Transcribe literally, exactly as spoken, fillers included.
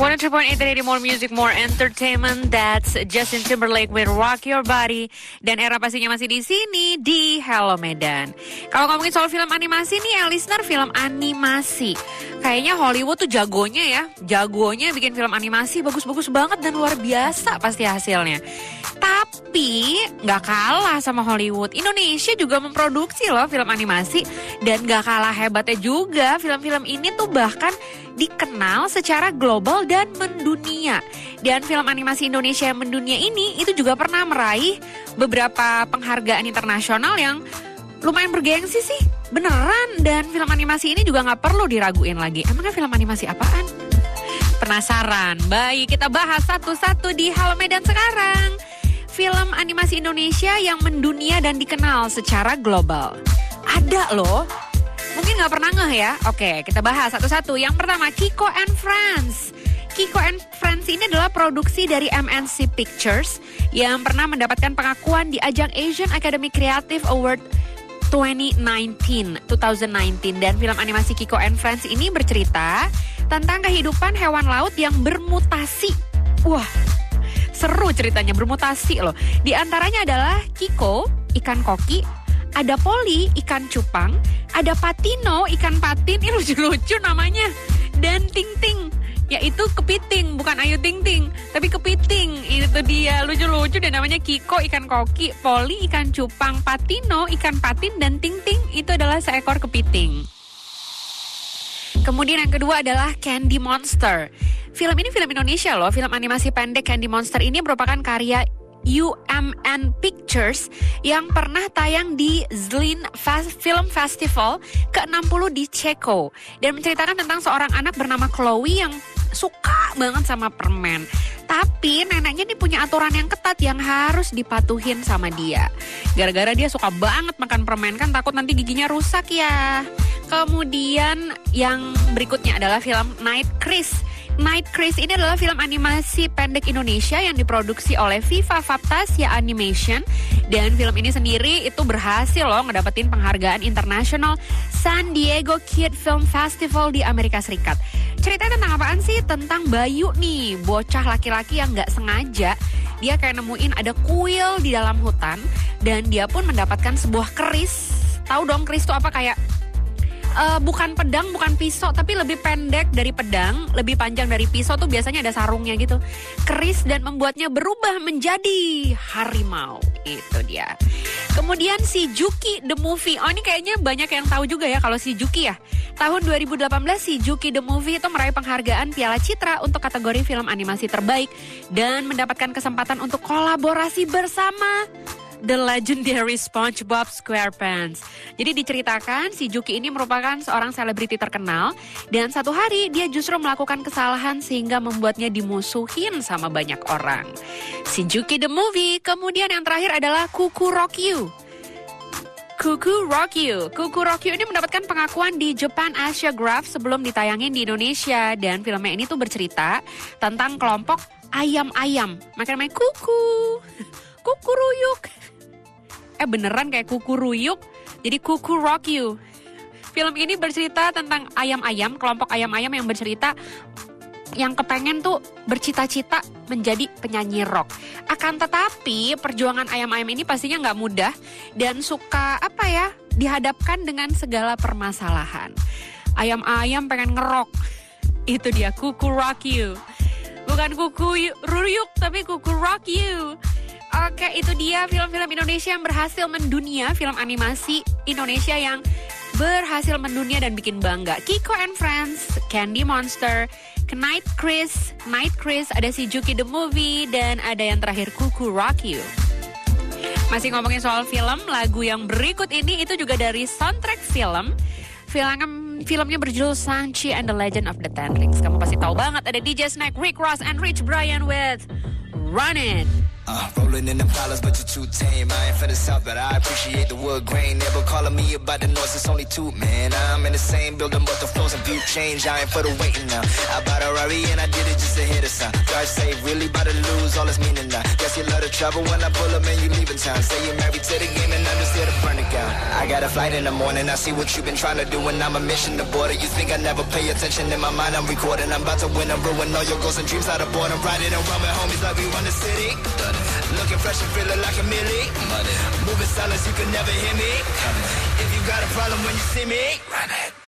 one oh three point eight Radio More Music, More Entertainment. That's Justin Timberlake with Rock Your Body. Dan era pastinya masih di sini di Hello Medan. Kalau ngomongin soal film animasi nih, ya listener, film animasi kayaknya Hollywood tuh jagonya ya. Jagonya bikin film animasi bagus-bagus banget dan luar biasa pasti hasilnya. Tapi gak kalah sama Hollywood, Indonesia juga memproduksi loh film animasi. Dan gak kalah hebatnya juga, film-film ini tuh bahkan dikenal secara global dan mendunia. Dan film animasi Indonesia yang mendunia ini itu juga pernah meraih beberapa penghargaan internasional yang lumayan bergengsi sih, beneran. Dan film animasi ini juga gak perlu diraguin lagi. Emangnya film animasi apaan? Penasaran? Baik, kita bahas satu-satu di Halo Medan sekarang. Film animasi Indonesia yang mendunia dan dikenal secara global. Ada loh. Mungkin gak pernah ngeh ya. Oke, kita bahas satu-satu. Yang pertama, Kiko and Friends. Kiko and Friends ini adalah produksi dari M N C Pictures yang pernah mendapatkan pengakuan di ajang Asian Academy Creative Award dua ribu sembilan belas, dua ribu sembilan belas. Dan film animasi Kiko and Friends ini bercerita tentang kehidupan hewan laut yang bermutasi. Wah, seru ceritanya, bermutasi loh. Di antaranya adalah Kiko, ikan koki, ada Poli, ikan cupang, ada Patino, ikan patin, ini lucu-lucu namanya. Dan Ting Ting, yaitu kepiting, bukan Ayu Ting Ting, tapi kepiting. Itu dia, lucu-lucu dan namanya Kiko, ikan koki, Poli, ikan cupang, Patino, ikan patin, dan Ting Ting itu adalah seekor kepiting. Kemudian yang kedua adalah Candy Monster. Film ini film Indonesia loh, film animasi pendek Candy Monster ini merupakan karya U M N Pictures yang pernah tayang di Zlin Film Festival ke enam puluh di Ceko. Dan menceritakan tentang seorang anak bernama Chloe yang suka banget sama permen. Tapi neneknya nih punya aturan yang ketat yang harus dipatuhin sama dia. Gara-gara dia suka banget makan permen, kan takut nanti giginya rusak ya. Kemudian yang berikutnya adalah film Night Chris. Night Chris ini adalah film animasi pendek Indonesia yang diproduksi oleh Viva Fantasia Animation. Dan film ini sendiri itu berhasil loh ngedapetin penghargaan internasional San Diego Kid Film Festival di Amerika Serikat. Ceritanya tentang apaan sih? Tentang Bayu nih, bocah laki-laki yang gak sengaja dia kayak nemuin ada kuil di dalam hutan. Dan dia pun mendapatkan sebuah keris. Tahu dong keris itu apa? Kayak Uh, bukan pedang, bukan pisau, tapi lebih pendek dari pedang, lebih panjang dari pisau tuh biasanya ada sarungnya gitu. Keris dan membuatnya berubah menjadi harimau. Itu dia. Kemudian si Juki the Movie. Oh, ini kayaknya banyak yang tahu juga ya kalau si Juki ya. Tahun dua ribu delapan belas si Juki the Movie itu meraih penghargaan Piala Citra untuk kategori film animasi terbaik dan mendapatkan kesempatan untuk kolaborasi bersama The Legendary SpongeBob SquarePants. Jadi diceritakan si Juki ini merupakan seorang selebriti terkenal dan satu hari dia justru melakukan kesalahan sehingga membuatnya dimusuhin sama banyak orang. Si Juki the Movie. Kemudian yang terakhir adalah Kuku Rock You. Kuku Rock You. Kuku Rock You ini mendapatkan pengakuan di Japan Asia Graph sebelum ditayangin di Indonesia. Dan filmnya ini tuh bercerita tentang kelompok ayam-ayam. Makanya namanya kuku. Kuku ruyuk. Eh beneran kayak kuku ruyuk. Jadi Kuku Rock You. Film ini bercerita tentang ayam-ayam, kelompok ayam-ayam yang bercerita yang kepengen tuh bercita-cita menjadi penyanyi rock. Akan tetapi perjuangan ayam-ayam ini pastinya gak mudah dan suka apa ya, dihadapkan dengan segala permasalahan. Ayam-ayam pengen ngerok. Itu dia Kuku Rock You. Bukan kuku ruyuk tapi Kuku Rock You. Oke, itu dia film-film Indonesia yang berhasil mendunia, film animasi Indonesia yang berhasil mendunia dan bikin bangga. Kiko and Friends, Candy Monster, Night Chris, Night Chris, ada si Juki the Movie, dan ada yang terakhir Kuku Rock You. Masih ngomongin soal film, lagu yang berikut ini itu juga dari soundtrack film. Film filmnya berjudul Shang-Chi and the Legend of the Ten Rings. Kamu pasti tahu banget ada D J Snake, Rick Ross, and Rich Brian with Run It. Uh, rolling in them dollars, but you're too tame. I ain't for the south, but I appreciate the wood grain. Never calling me about the noise, it's only two, man. I'm in the same building, but the flows and view change. I ain't for the waiting now. I bought a Rari and I did it just to hit a sign. Drive safe, really about to lose all its meaning now. Guess you love the trouble when I pull up and you leaving town. Say you're married to the game and I'm just here to burn it down. I got a flight in the morning, I see what you've been trying to do, and I'm a mission to border. You think I never pay attention? In my mind I'm recording. I'm about to win and ruin all your goals and dreams out of boredom. Riding around with homies like we run the city. Looking fresh and feeling like a millie. Moving silence, you can never hear me. If you got a problem when you see me, run it.